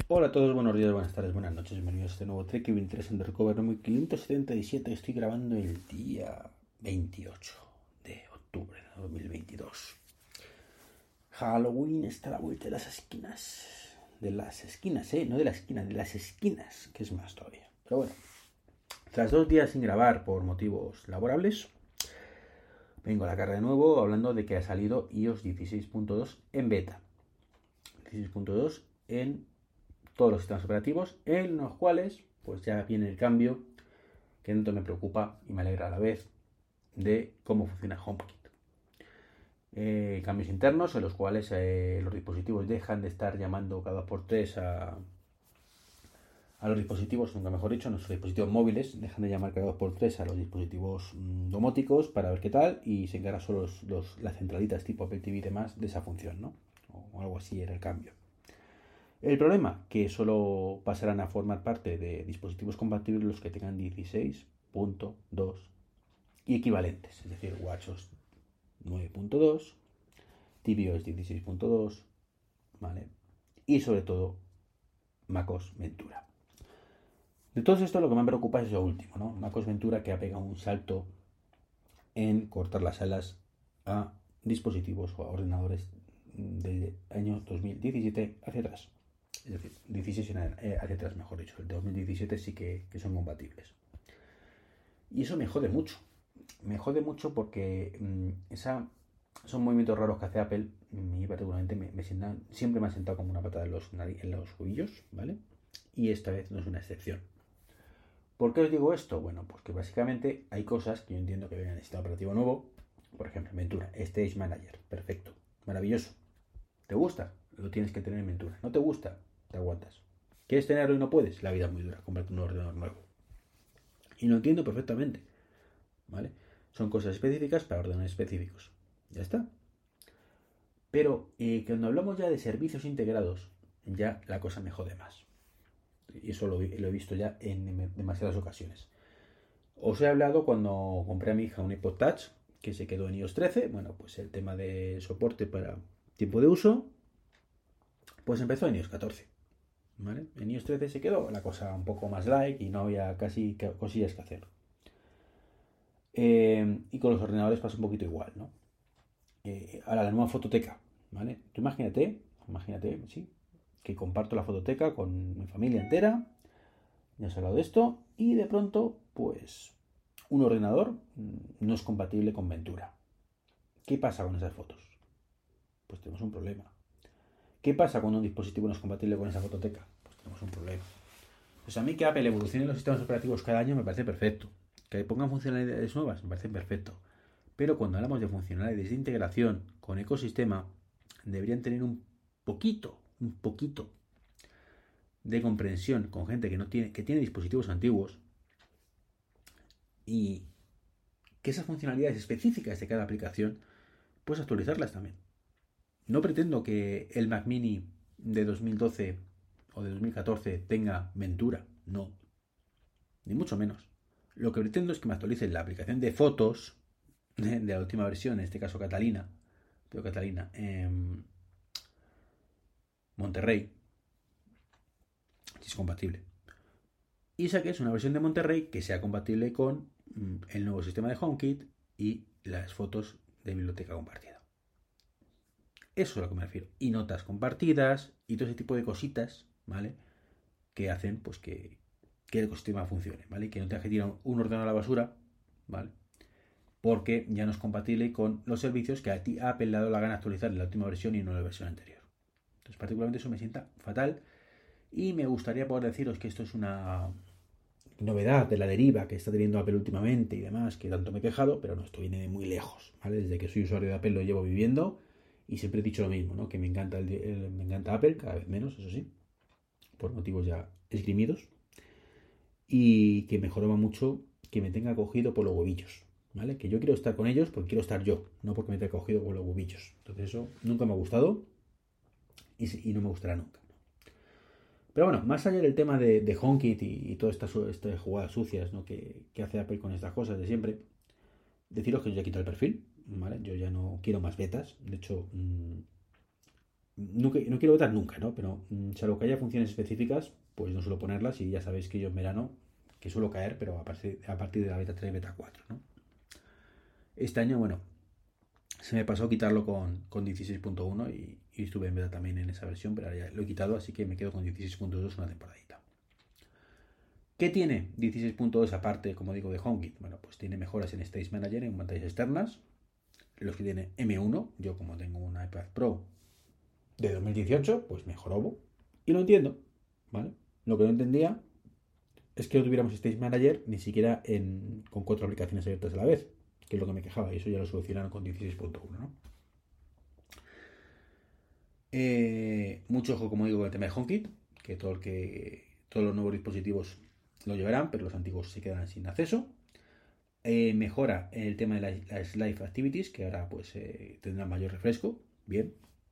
Hola a todos, buenos días, buenas tardes, buenas noches, bienvenidos a este nuevo Trek 23 Undercover número 577. Estoy grabando el día 28 de octubre de 2022. Halloween está a la vuelta de las esquinas. De las esquinas, no de la esquina, de las esquinas, que es más todavía. Pero bueno, tras 2 días sin grabar por motivos laborables, vengo a la carga de nuevo hablando de que ha salido iOS 16.2 en beta. 16.2 en todos los sistemas operativos, en los cuales pues ya viene el cambio que tanto me preocupa y me alegra a la vez de cómo funciona HomeKit. Cambios internos en los cuales los dispositivos dejan de estar llamando cada 2x3 a los dispositivos, nunca mejor dicho, nuestros dispositivos móviles dejan de llamar cada 2x3 a los dispositivos domóticos para ver qué tal, y se encarga solo las centralitas tipo Apple TV y demás de esa función, ¿no? O algo así era el cambio. El problema, que solo pasarán a formar parte de dispositivos compatibles los que tengan 16.2 y equivalentes, es decir, WatchOS 9.2, tvOS 16.2, ¿vale? Y sobre todo, MacOS Ventura. De todo esto lo que me preocupa es lo último, ¿no? MacOS Ventura, que ha pegado un salto en cortar las alas a dispositivos o a ordenadores del año 2017 hacia atrás. Es decir, 16 hacia atrás, mejor dicho. El 2017 sí que son compatibles. Y eso me jode mucho. Me jode mucho porque son movimientos raros que hace Apple. A mí particularmente siempre me ha sentado como una patada en los huevillos, ¿vale? Y esta vez no es una excepción. ¿Por qué os digo esto? Bueno, pues que básicamente hay cosas que yo entiendo que vienen en el sistema operativo nuevo. Por ejemplo, Ventura, Stage Manager, perfecto, maravilloso. ¿Te gusta? Lo tienes que tener en Ventura. ¿No te gusta? Te aguantas. ¿Quieres tenerlo y no puedes? La vida es muy dura, cómprate un ordenador nuevo. Y lo entiendo perfectamente, ¿vale? Son cosas específicas para ordenadores específicos. Ya está. Pero cuando hablamos ya de servicios integrados, ya la cosa me jode más. Y eso lo he visto ya en demasiadas ocasiones. Os he hablado cuando compré a mi hija un iPod Touch, que se quedó en iOS 13. Bueno, pues el tema de soporte para tiempo de uso, pues empezó en iOS 14. ¿Vale? En iOS 13 se quedó la cosa un poco más light y no había casi cosillas que hacer. Y con los ordenadores pasa un poquito igual, ¿no? Ahora la nueva fototeca, ¿vale? Tú imagínate, sí, que comparto la fototeca con mi familia entera, ya os he hablado de esto, y de pronto, pues, un ordenador no es compatible con Ventura. ¿Qué pasa con esas fotos? Pues tenemos un problema. ¿Qué pasa cuando un dispositivo no es compatible con esa fototeca? Pues tenemos un problema. Pues a mí que Apple evolucione los sistemas operativos cada año me parece perfecto. Que pongan funcionalidades nuevas me parece perfecto. Pero cuando hablamos de funcionalidades de integración con ecosistema, deberían tener un poquito de comprensión con gente que tiene dispositivos antiguos, y que esas funcionalidades específicas de cada aplicación, pues actualizarlas también. No pretendo que el Mac Mini de 2012 o de 2014 tenga Ventura, no, ni mucho menos. Lo que pretendo es que me actualicen la aplicación de fotos de la última versión, en este caso Catalina, Monterrey, si es compatible. Y saques una versión de Monterrey que sea compatible con el nuevo sistema de HomeKit y las fotos de biblioteca compartida. Eso es a lo que me refiero. Y notas compartidas y todo ese tipo de cositas, ¿vale? Que hacen pues que el ecosistema funcione, ¿vale? Que no tengas que tirar un ordenador a la basura, ¿vale? Porque ya no es compatible con los servicios que a ti Apple le ha dado la gana actualizar en la última versión y no en la versión anterior. Entonces, particularmente eso me sienta fatal, y me gustaría poder deciros que esto es una novedad de la deriva que está teniendo Apple últimamente y demás, que tanto me he quejado, pero no, esto viene de muy lejos, ¿vale? Desde que soy usuario de Apple lo llevo viviendo y siempre he dicho lo mismo, ¿no? Que me encanta, me encanta Apple, cada vez menos, eso sí, por motivos ya esgrimidos, y que me joroba mucho que me tenga cogido por los huevillos, ¿vale? Que yo quiero estar con ellos porque quiero estar yo, no porque me tenga cogido por los huevillos. Entonces eso nunca me ha gustado y no me gustará nunca. Pero bueno, más allá del tema de HomeKit y todas estas jugadas sucias, ¿no? que hace Apple con estas cosas de siempre, deciros que yo ya quito el perfil, ¿vale? Yo ya no quiero más betas. De hecho, nunca, no quiero votar nunca, ¿no? Pero salvo que haya funciones específicas, pues no suelo ponerlas y ya sabéis que yo en verano, que suelo caer, pero a partir de la beta 3 beta 4, ¿no? Este año, bueno, se me pasó quitarlo con 16.1 y estuve en beta también en esa versión, pero ahora ya lo he quitado, así que me quedo con 16.2 una temporadita. ¿Qué tiene 16.2 aparte, como digo, de HomeKit? Bueno, pues tiene mejoras en Stage Manager, en pantallas externas, los que tiene M1, yo como tengo un iPad Pro de 2018, pues mejoró. Y lo entiendo, ¿vale? Lo que no entendía es que no tuviéramos Stage Manager ni siquiera con 4 aplicaciones abiertas a la vez, que es lo que me quejaba, y eso ya lo solucionaron con 16.1, ¿no? Mucho ojo, como digo, con el tema de HomeKit, que todos los nuevos dispositivos lo llevarán, pero los antiguos se quedarán sin acceso. Mejora el tema de las Live Activities, que ahora pues tendrán mayor refresco, bien.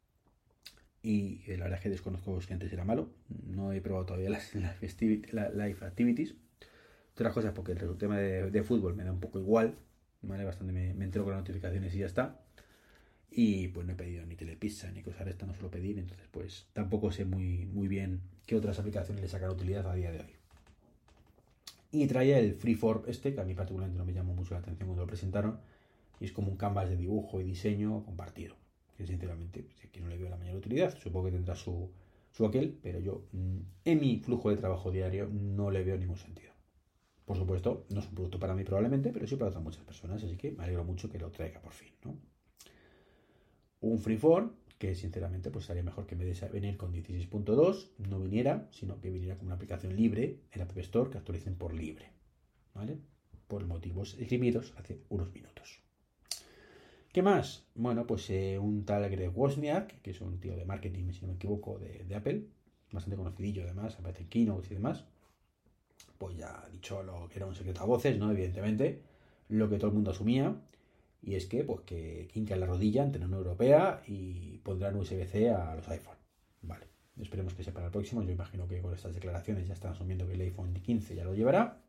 Y la verdad es que desconozco si antes era malo. No he probado todavía las Live Activities. Otras cosas porque el tema de fútbol me da un poco igual, ¿vale? Bastante me entero con las notificaciones y ya está. Y pues no he pedido ni Telepizza ni cosas de estas, no suelo pedir, entonces pues tampoco sé muy bien qué otras aplicaciones le sacan utilidad a día de hoy. Y traía el Freeform que a mí particularmente no me llamó mucho la atención cuando lo presentaron, y es como un canvas de dibujo y diseño compartido, que sinceramente pues, aquí no le veo la mayor utilidad, supongo que tendrá su aquel, pero yo en mi flujo de trabajo diario no le veo ningún sentido. Por supuesto, no es un producto para mí probablemente, pero sí para otras muchas personas, así que me alegro mucho que lo traiga por fin, ¿no? Un freeform que sinceramente pues sería mejor que en vez de venir con 16.2 no viniera, sino que viniera con una aplicación libre en la App Store que actualicen por libre, ¿vale? Por motivos esgrimidos hace unos minutos. ¿Qué más? Bueno, pues un tal Greg Wozniak, que es un tío de marketing, si no me equivoco, de Apple, bastante conocidillo además, aparece en keynotes y demás, pues ya ha dicho lo que era un secreto a voces, ¿no? Evidentemente, lo que todo el mundo asumía, y es que, pues, que hinca la rodilla ante la Unión Europea y pondrán USB-C a los iPhone. Vale, esperemos que sea para el próximo. Yo imagino que con estas declaraciones ya están asumiendo que el iPhone 15 ya lo llevará.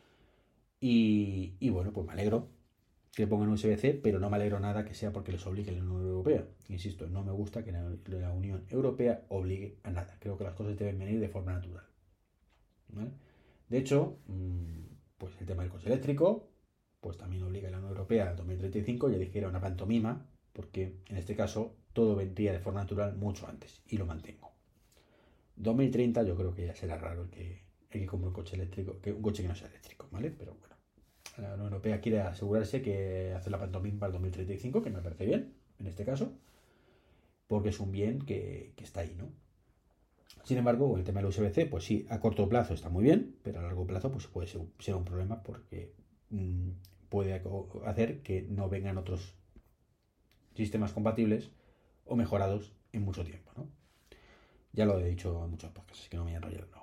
Y bueno, pues me alegro que pongan USB-C, pero no me alegro nada que sea porque les obligue la Unión Europea. Insisto, no me gusta que la Unión Europea obligue a nada. Creo que las cosas deben venir de forma natural, ¿vale? De hecho, pues el tema del coche eléctrico, pues también obliga a la Unión Europea al 2035, ya dije que era una pantomima, porque en este caso todo vendría de forma natural mucho antes, y lo mantengo. 2030 yo creo que ya será raro el que compre un coche eléctrico, un coche que no sea eléctrico, ¿vale? Pero bueno, la Unión Europea quiere asegurarse que hace la pantomima para el 2035, que me parece bien, en este caso, porque es un bien que está ahí, ¿no? Sin embargo, el tema del USB-C, pues sí, a corto plazo está muy bien, pero a largo plazo pues puede ser un problema porque puede hacer que no vengan otros sistemas compatibles o mejorados en mucho tiempo, ¿no? Ya lo he dicho en muchos podcasts, así que no me voy a enrollar de nuevo.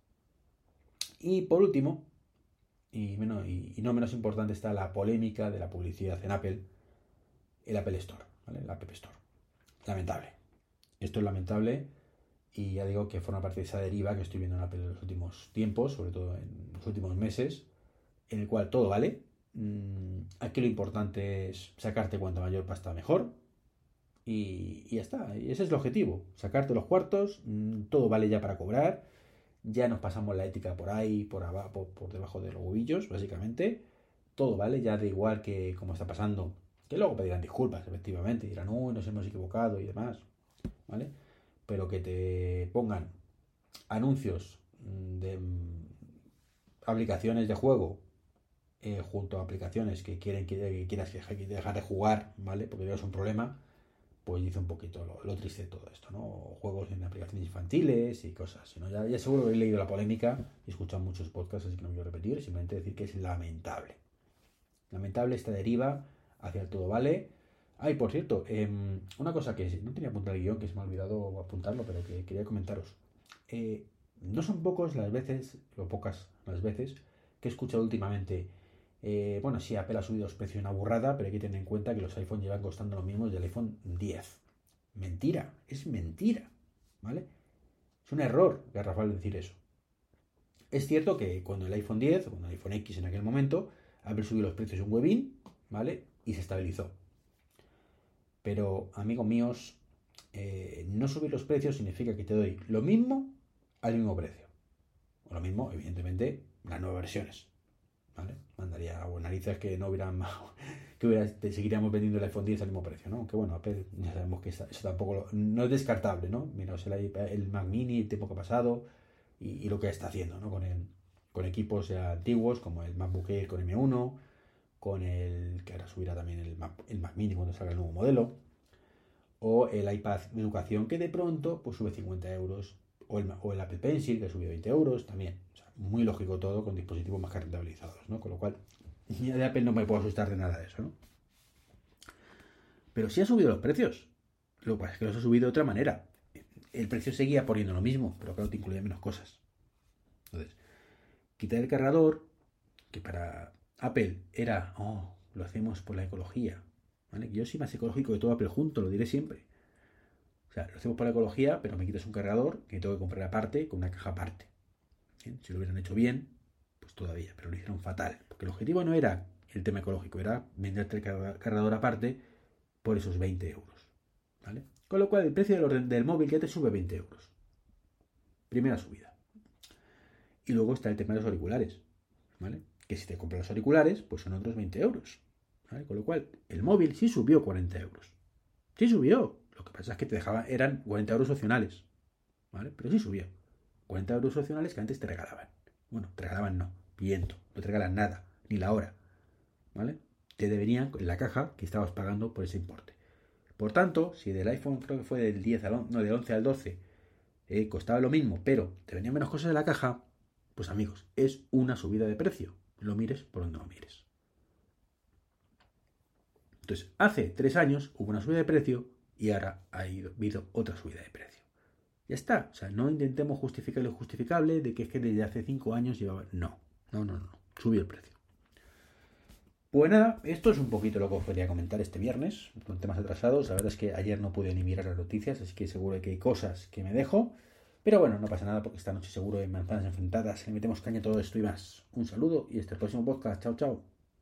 Y por último, y no menos importante, está la polémica de la publicidad en Apple, el Apple Store, ¿vale? El App Store. Lamentable. Esto es lamentable. Y ya digo que forma parte de esa deriva que estoy viendo en Apple en los últimos tiempos, sobre todo en los últimos meses, en el cual todo vale. Aquí lo importante es sacarte cuanta mayor pasta mejor. Y ya está. Y ese es el objetivo. Sacarte los cuartos. Todo vale ya para cobrar. Ya nos pasamos la ética por ahí, por abajo, por debajo de los huevillos, básicamente. Todo vale, ya da igual que como está pasando. Que luego pedirán disculpas, efectivamente. Y dirán, uy, nos hemos equivocado y demás. ¿Vale? Pero que te pongan anuncios de aplicaciones de juego junto a aplicaciones que quieras dejar de jugar, ¿vale? Porque es un problema, pues dice un poquito lo triste de todo esto, ¿no? Juegos en aplicaciones infantiles y cosas así, ¿no? Ya seguro que he leído la polémica y he escuchado muchos podcasts, así que no voy a repetir, simplemente decir que es lamentable. Lamentable esta deriva hacia el todo vale. Ay, por cierto, una cosa que no tenía apuntado el guión, que se me ha olvidado apuntarlo, pero que quería comentaros. No son pocos las veces, o pocas las veces, que he escuchado últimamente. Bueno, sí, Apple ha subido los precios una burrada, pero hay que tener en cuenta que los iPhone llevan costando lo mismo desde el iPhone 10. Mentira, es mentira, ¿vale? Es un error garrafal decir eso. Es cierto que cuando el iPhone 10, o cuando el iPhone X en aquel momento, Apple subió los precios un huevín, ¿vale? Y se estabilizó. Pero, amigos míos, no subir los precios significa que te doy lo mismo al mismo precio. O lo mismo, evidentemente, las nuevas versiones. ¿Vale? Mandaría a narices que no hubieran seguiríamos vendiendo el iPhone 10 al mismo precio, ¿no? Aunque bueno, Apple ya sabemos que eso tampoco no es descartable, ¿no? Miraos el Mac Mini, el tiempo que ha pasado y lo que está haciendo, ¿no? Con equipos ya antiguos como el MacBook Air con M1, con el que ahora subirá también el Mac Mini cuando salga el nuevo modelo, o el iPad de educación que de pronto pues sube 50 euros, o el Apple Pencil que sube 20 euros también. O sea, muy lógico todo con dispositivos más que rentabilizados, ¿no? Con lo cual, de Apple no me puedo asustar de nada de eso, ¿no? Pero sí ha subido los precios. Lo que pasa es que los ha subido de otra manera. El precio seguía poniendo lo mismo, pero claro, te incluía menos cosas. Entonces, quitar el cargador, que para Apple era, lo hacemos por la ecología. ¿Vale? Yo soy más ecológico que todo Apple junto, lo diré siempre. O sea, lo hacemos por la ecología, pero me quitas un cargador que tengo que comprar aparte, con una caja aparte. ¿Bien? Si lo hubieran hecho bien, pues todavía, pero lo hicieron fatal. Porque el objetivo no era el tema ecológico, era venderte el cargador aparte por esos 20 euros. ¿Vale? Con lo cual el precio del móvil ya te sube 20 euros. Primera subida. Y luego está el tema de los auriculares. ¿Vale? Que si te compras los auriculares, pues son otros 20 euros. ¿Vale? Con lo cual, el móvil sí subió 40 euros. Sí subió. Lo que pasa es que te dejaban, eran 40 euros opcionales. ¿Vale? Pero sí subió. 40 euros opcionales que antes te regalaban. Bueno, te regalaban no. Viento. No te regalan nada. Ni la hora. ¿Vale? Te deberían en la caja que estabas pagando por ese importe. Por tanto, si del iPhone creo que fue del 10 al 11, no, del 11 al 12 costaba lo mismo, pero te venían menos cosas de la caja, pues amigos, es una subida de precio. Lo mires por donde lo mires. Entonces, hace 3 años hubo una subida de precio y ahora ha habido otra subida de precio. Ya está. O sea, no intentemos justificar lo injustificable de que es que desde hace 5 años llevaba... No. Subió el precio. Pues nada, esto es un poquito lo que os quería comentar este viernes, con temas atrasados. La verdad es que ayer no pude ni mirar las noticias, así que seguro que hay cosas que me dejo. Pero bueno, no pasa nada porque esta noche seguro en Manzanas Enfrentadas le metemos caña a todo esto y más. Un saludo y hasta el próximo podcast. Chao, chao.